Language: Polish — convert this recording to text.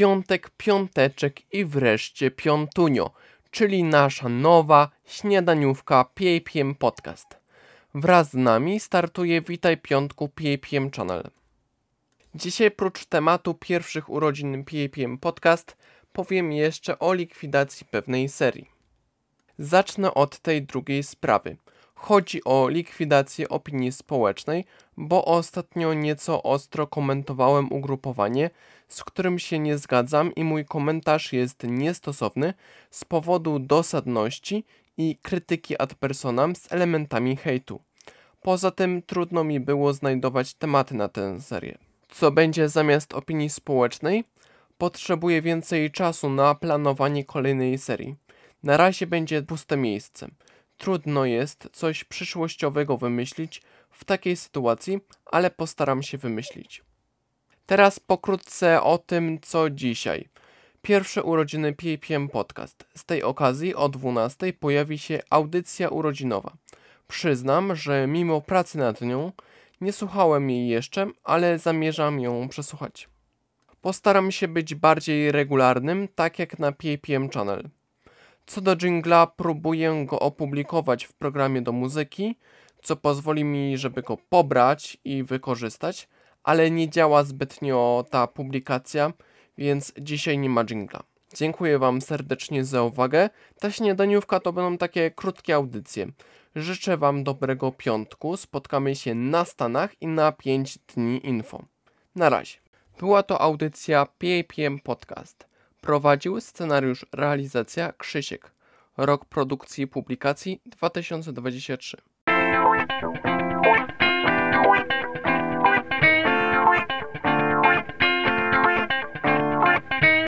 piątek, piąteczek i wreszcie piątunio, czyli nasza nowa śniadaniówka PAPM Podcast. Wraz z nami startuje Witaj Piątku PAPM Channel. Dzisiaj prócz tematu pierwszych urodzin PAPM Podcast powiem jeszcze o likwidacji pewnej serii. Zacznę od tej drugiej sprawy. Chodzi o likwidację opinii społecznej, bo ostatnio nieco ostro komentowałem ugrupowanie, z którym się nie zgadzam i mój komentarz jest niestosowny z powodu dosadności i krytyki ad personam z elementami hejtu. Poza tym trudno mi było znajdować tematy na tę serię. Co będzie zamiast opinii społecznej? Potrzebuję więcej czasu na planowanie kolejnej serii. Na razie będzie puste miejsce. Trudno jest coś przyszłościowego wymyślić w takiej sytuacji, ale postaram się wymyślić. Teraz pokrótce o tym, co dzisiaj. Pierwsze urodziny PAPM Podcast. Z tej okazji o 12:00 pojawi się audycja urodzinowa. Przyznam, że mimo pracy nad nią nie słuchałem jej jeszcze, ale zamierzam ją przesłuchać. Postaram się być bardziej regularnym, tak jak na PAPM Channel. Co do dżingla, próbuję go opublikować w programie do muzyki, co pozwoli mi, żeby go pobrać i wykorzystać, ale nie działa zbytnio ta publikacja, więc dzisiaj nie ma dżingla. Dziękuję Wam serdecznie za uwagę. Ta śniadaniówka to będą takie krótkie audycje. Życzę Wam dobrego piątku. Spotkamy się na Stanach i na 5 dni info. Na razie. Była to audycja PAPM Podcast. Prowadził scenariusz, realizacja Krzysiek. Rok produkcji i publikacji 2023.